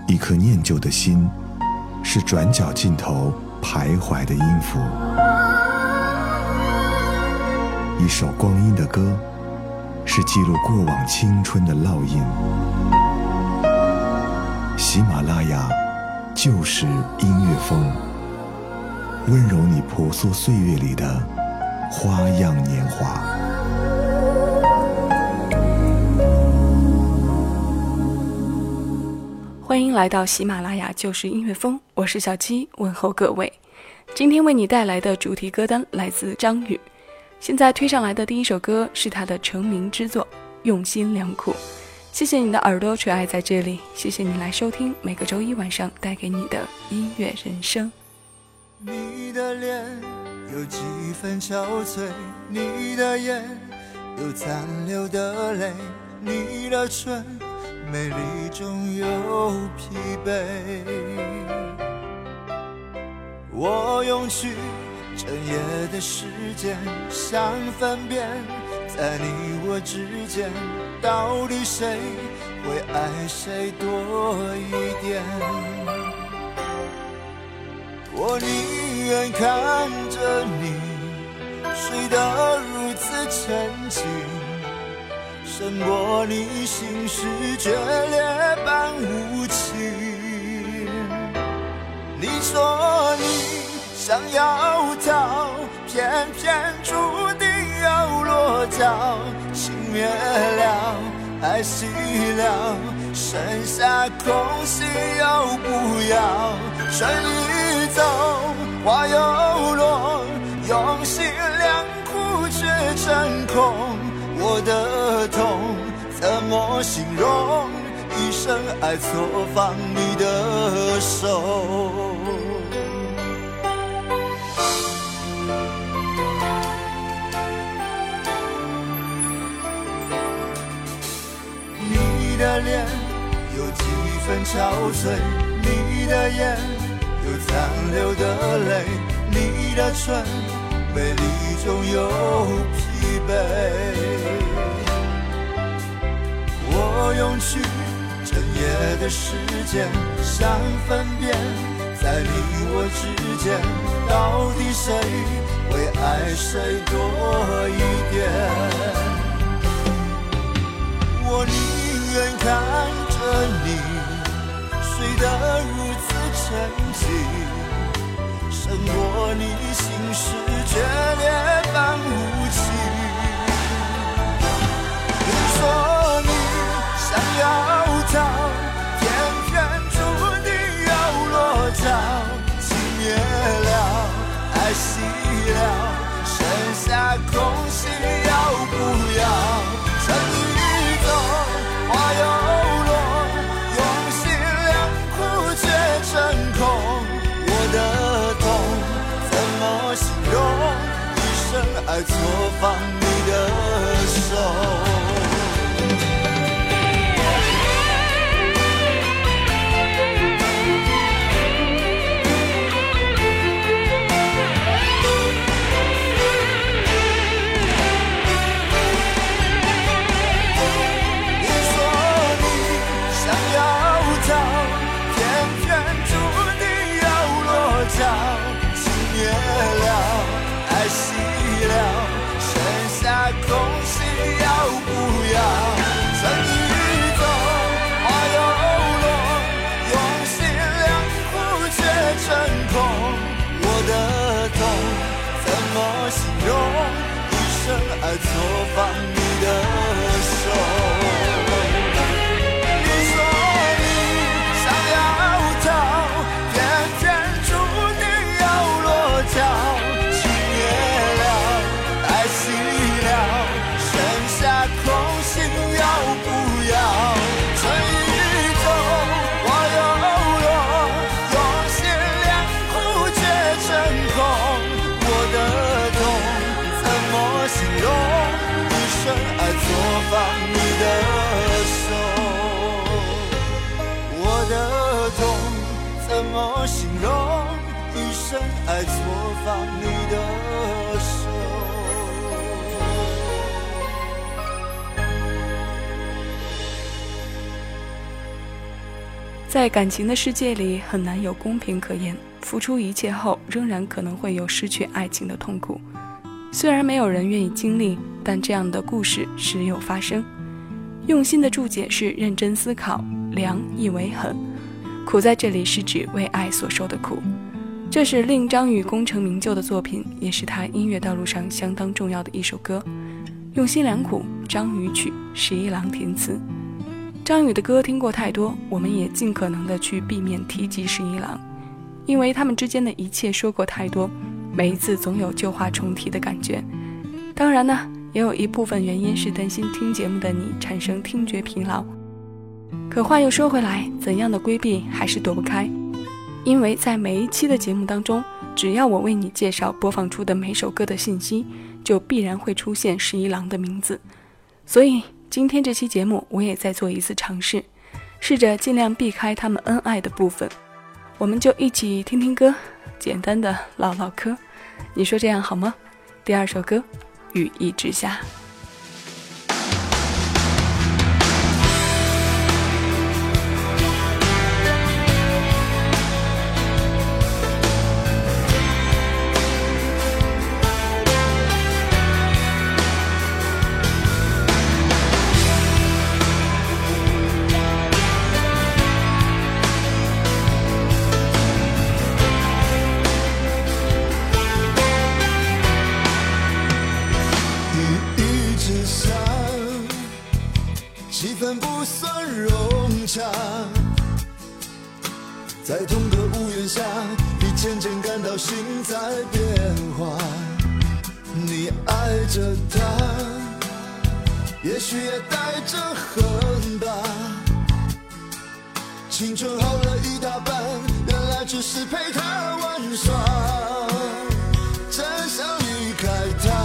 一颗念旧的心，是转角尽头徘徊的音符。一首光阴的歌，是记录过往青春的烙印。喜马拉雅就是音乐风，温柔你婆娑岁月里的花样年华。 欢迎来到喜马拉雅就是音乐风，我是小七，问候各位。今天为你带来的主题歌单来自张宇，现在推上来的第一首歌是他的成名之作《用心良苦》。谢谢你的耳朵垂爱在这里，谢谢你来收听每个周一晚上带给你的音乐人生。 你的脸有几分憔悴，你的眼有残留的泪，你的唇美丽中有疲惫。我用去整夜的时间，想分辨在你我之间，到底谁会爱谁多一点。我宁愿看着你睡得如此沉静，胜过你心事决裂般无情。你说你想要逃，偏偏注定要落脚，情灭了，爱熄了，剩下空心又不要。春已走，花又落，用心良苦却成空。我的痛怎么形容？一生爱错放你的手。你的脸有几分憔悴，你的眼有残留的泪，你的唇美丽中有疲惫。我用去整夜的时间，想分辨在你我之间，到底谁会爱谁多一点。我宁愿看着你睡得如此沉静，胜过你心事决裂般无情。你说你想要逃，偏偏注定要落脚，情灭了，爱熄了，剩下空心要不要。春已走，花又落，用心良苦却成空。我的痛怎么形容？一生爱错放你的手。爱错放你的手。你说你想要逃，偏偏注定要落脚，情灭了，爱熄了，剩下空心要不要。春已走，花又落，用心良苦却成空。我的痛怎么形容？一生爱错放你的手。我的痛怎么形容？一生爱错放你的手。 在感情的世界里很难有公平可言，付出一切后仍然可能会有失去爱情的痛苦。虽然没有人愿意经历，但这样的故事时有发生。用心的注解是认真思考，良亦为狠，苦在这里是指为爱所受的苦。这是令张宇功成名就的作品，也是他音乐道路上相当重要的一首歌。用心良苦，张宇曲，十一郎填词。张宇的歌听过太多，我们也尽可能的去避免提及十一郎，因为他们之间的一切说过太多，每一次总有旧话重提的感觉。当然呢，也有一部分原因是担心听节目的你产生听觉疲劳。可话又说回来，怎样的规避还是躲不开，因为在每一期的节目当中，只要我为你介绍播放出的每首歌的信息，就必然会出现十一郎的名字。所以今天这期节目我也在做一次尝试，试着尽量避开他们恩爱的部分。我们就一起听听歌，简单的唠唠嗑，你说这样好吗？第二首歌，雨一直下。 气氛不算融洽，在同个屋檐下，你渐渐感到心在变化。你爱着他，也许也带着恨吧。青春耗了一大半，原来只是陪他玩耍。真想离开他，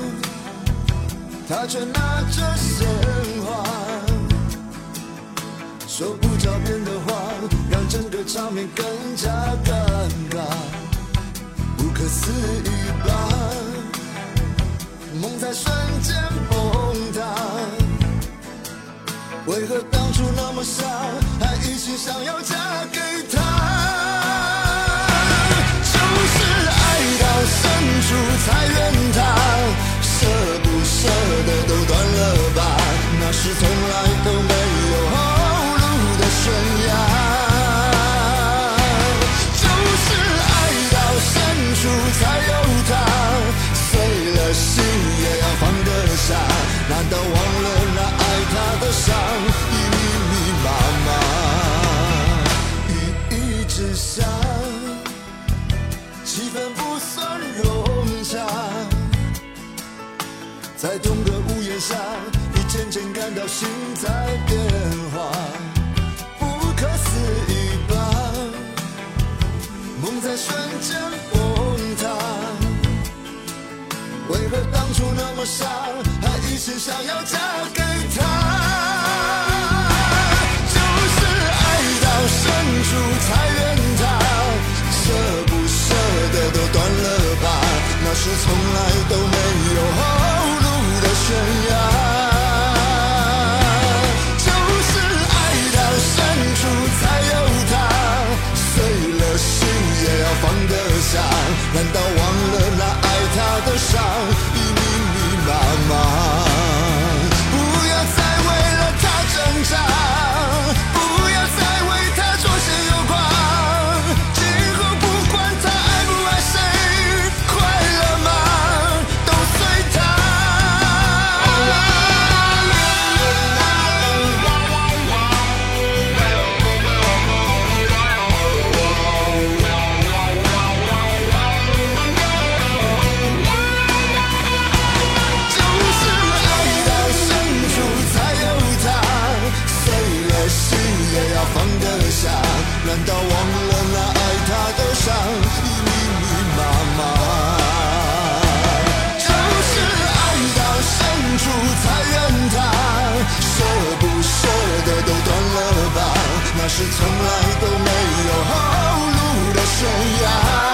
他却拿着鲜花，说不着边的话，让整个场面更加尴尬。不可思议吧，梦在瞬间崩塌。为何当初那么傻，还一心想要嫁给他？就是爱到深处才怨他，舍不舍得都断了吧，那是从来都没有后路的悬崖。就是爱到深处才有他，碎了心也要放得下，难道忘了那爱他的伤已密密麻麻？雨一直下，气氛不算融洽，在同个屋檐下，你渐渐感到心在变化。不可思议吧，梦在瞬间崩塌。为何当初那么傻，还一心想要嫁给他？就是爱到深处才怨他，舍不舍得都断了吧，那是从来都没有后路的悬崖。就是爱到深处才有他，碎了心也要放得下，难道忘了那爱他的伤已密密麻麻？不要再为了他挣扎，不要再为他左斜右跨，今后不管他爱不爱谁，快乐吗？都随他。放得下，难道忘了那爱他的伤已密密麻麻？就是爱到深处才怨他，舍不舍得都断了吧，那是从来都没有后路的悬崖。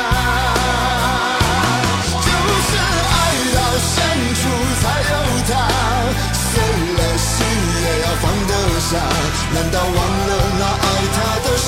就是爱到深处才有他，碎了心也要放得下，难道忘了那爱他的伤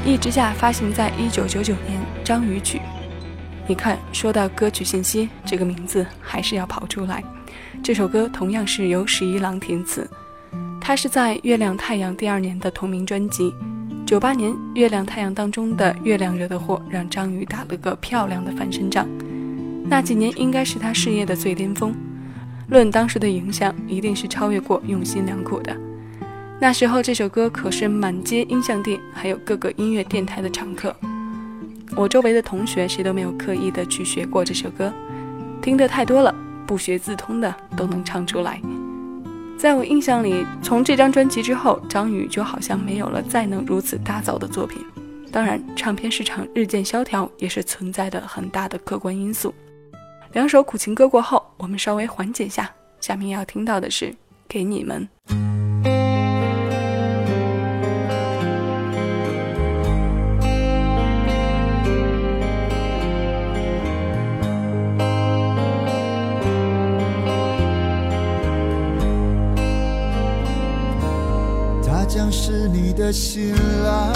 一直下发行在1999年，张宇曲。你看，说到歌曲信息，这个名字还是要跑出来。这首歌同样是由十一郎填词，它是在《月亮太阳》第2年的同名专辑。98年《月亮太阳》当中的月亮惹的祸让张宇打了个漂亮的翻身仗，那几年应该是他事业的最巅峰，论当时的影响一定是超越过用心良苦的。那时候这首歌可是满街音像店还有各个音乐电台的常客，我周围的同学谁都没有刻意的去学过这首歌，听得太多了，不学自通的都能唱出来。在我印象里，从这张专辑之后，张宇就好像没有了再能如此大造的作品。当然，唱片市场日渐萧条也是存在的很大的客观因素。2首苦情歌过后，我们稍微缓解下，下面要听到的是《给你们》。 将是你的新郎，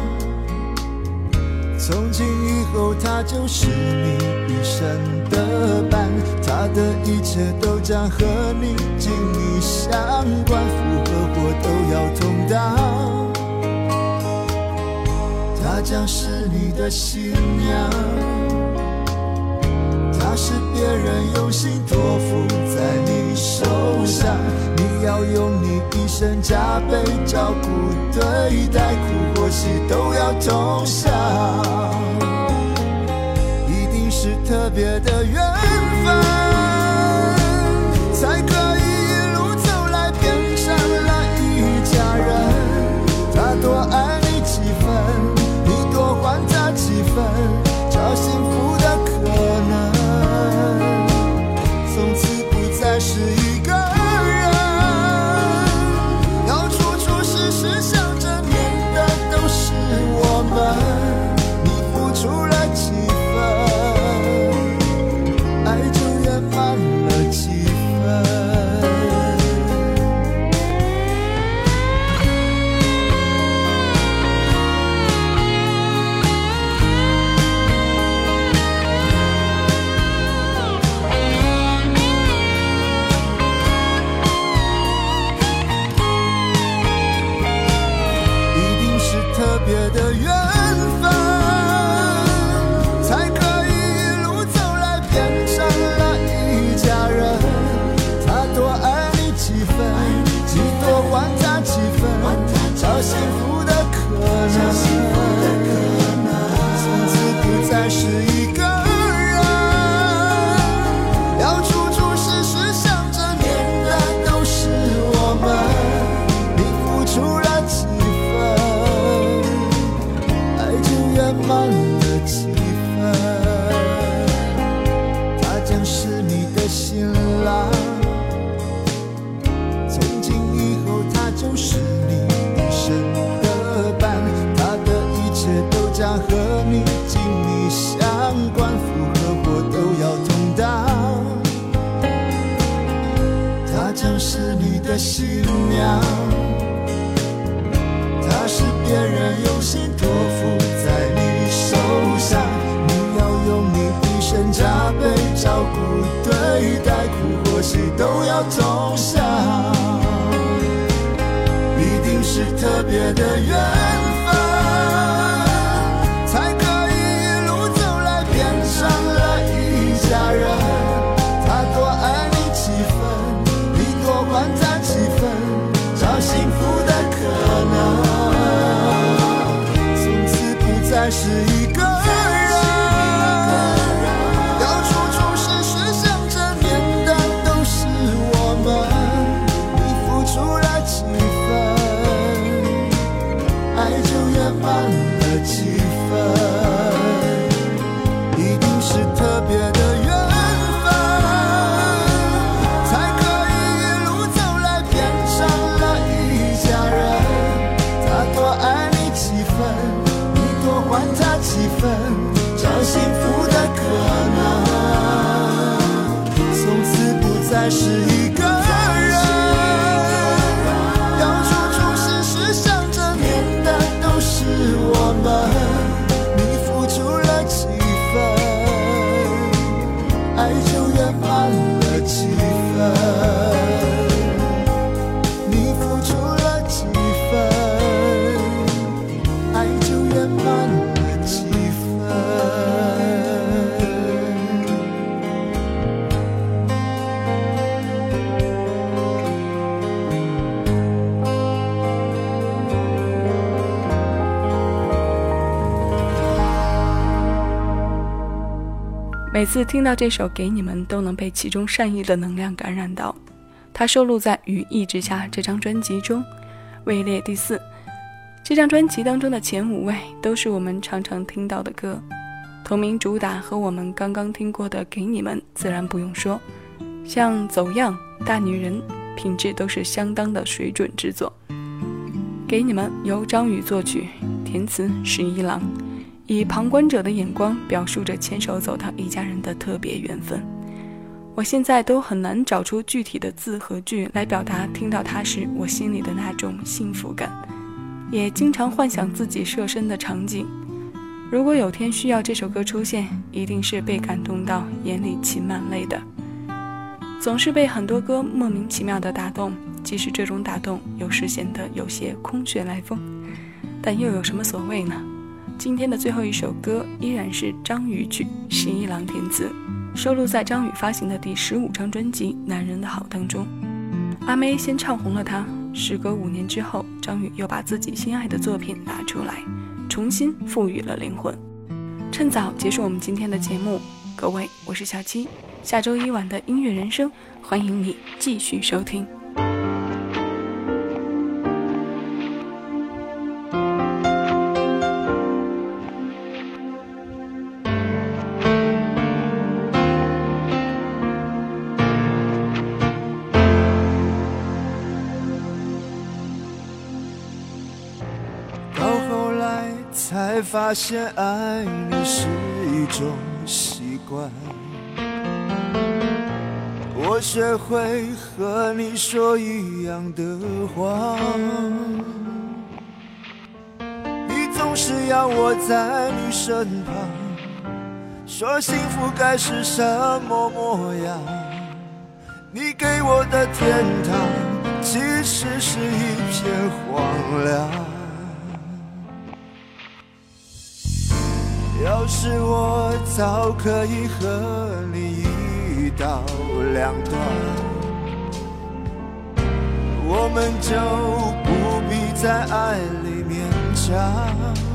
从今以后他就是你一生的伴，他的一切都将和你紧密相关，福和祸都要同当。他将是你的新娘，他是别人用心托付在你手上，你要用你一生加倍照顾对待，苦或喜都要同享，一定是特别的缘分，才可以一路走来变成了一家人。他多爱你几分，你多还他几分，找幸福的可能，从此不再是一个人，要处处时时想着念的都是我们，你付出了几分，爱就圆满了几分。特别的缘分，才可以一路走来变成了一家人。他多爱你几分，你多还他几分，找幸福的可能，从此不再是一个人，要处处时时想着念的都是我们，你付出了几圆满了几分，他将是你的新郎，从今以后他就是你一生的伴，他的一切都将和你紧密相关，福和祸都要同当，他将是你的新娘，他是别人用心托付在你手上，你要用你一生加倍照顾对待，苦或喜都要同享，一定是特别的缘分，才可以一路走来变成了一家人。他多爱你几分，你多还他几分，找幸福的可能，再是一个人，要处处时时想着念的都是我们，你付出了几分，爱就圆满了几分，一定是特别的缘分，才可以一路走来变成了一家人。他多爱你几分，还他几每次听到这首《给你们》，都能被其中善意的能量感染到。它收录在《羽翼之下》这张专辑中，位列第4。这张专辑当中的前5位都是我们常常听到的歌，同名主打和我们刚刚听过的《给你们》自然不用说，像《走样》《大女人》品质都是相当的水准之作。《给你们》由张宇作曲，填词十一郎，以旁观者的眼光表述着牵手走到一家人的特别缘分。我现在都很难找出具体的字和句来表达听到它时我心里的那种幸福感，也经常幻想自己设身的场景。如果有天需要这首歌出现，一定是被感动到眼里噙满泪的。总是被很多歌莫名其妙的打动，即使这种打动有时显得有些空穴来风，但又有什么所谓呢？今天的最后一首歌依然是张宇曲，十一郎填词，收录在张宇发行的第15张专辑《男人的好》当中。阿妹先唱红了他，时隔5年之后，张宇又把自己心爱的作品拿出来，重新赋予了灵魂。趁早结束我们今天的节目，各位，我是小七，下周一晚的音乐人生，欢迎你继续收听。 才发现爱你是一种习惯，我学会和你说一样的话，你总是要我在你身旁，说幸福该是什么模样，你给我的天堂其实是一片荒凉。要是我早可以和你一刀两断，我们就不必在爱里勉强。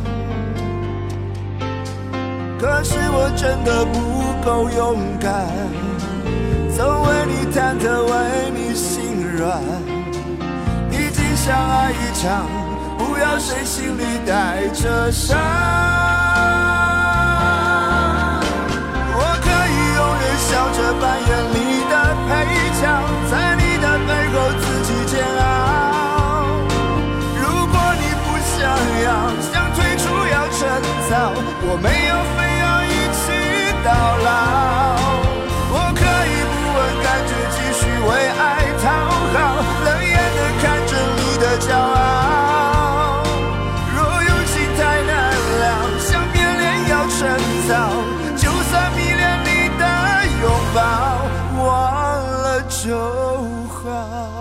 可是我真的不够勇敢，总为你忐忑，为你心软。已经相爱一场，不要谁心里带着伤。笑着扮演你的配角，在你的背后自己煎熬。如果你不想要，想退出要趁早，我没有非要一起到老。我可以不问感觉，继续为爱讨好，冷眼地看着你的骄傲。若友情太难了，想变脸要趁早，就算迷恋你的拥抱，忘了就好。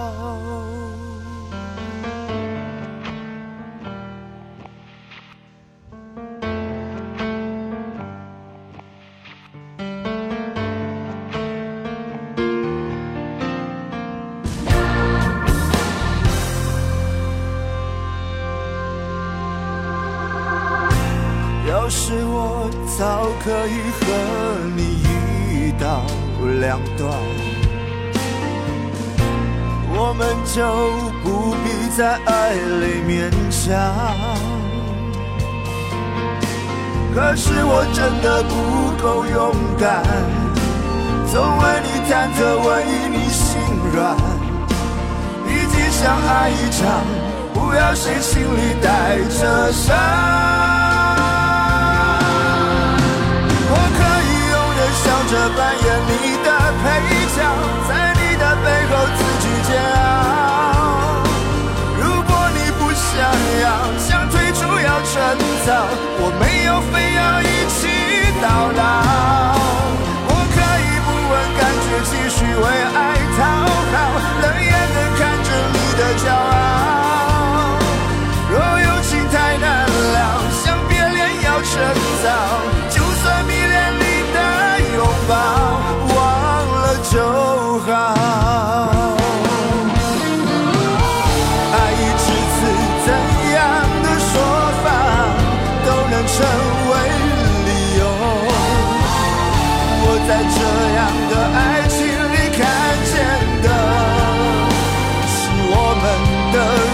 要是我早可以和你一刀两断，我们就不必在爱里勉强。可是我真的不够勇敢，总为你忐忑，为你心软。已经相爱一场，不要谁心里带着伤。笑着扮演你的配角，在你的背后自己煎熬。如果你不想要，想退出要趁早，我没有非要一起到老。我可以不问感觉，继续为爱讨好，冷眼地看着你的骄傲。若友情太难了，想别恋要趁早，就算迷恋你拥抱，忘了就好。爱一次次怎样的说法，都能成的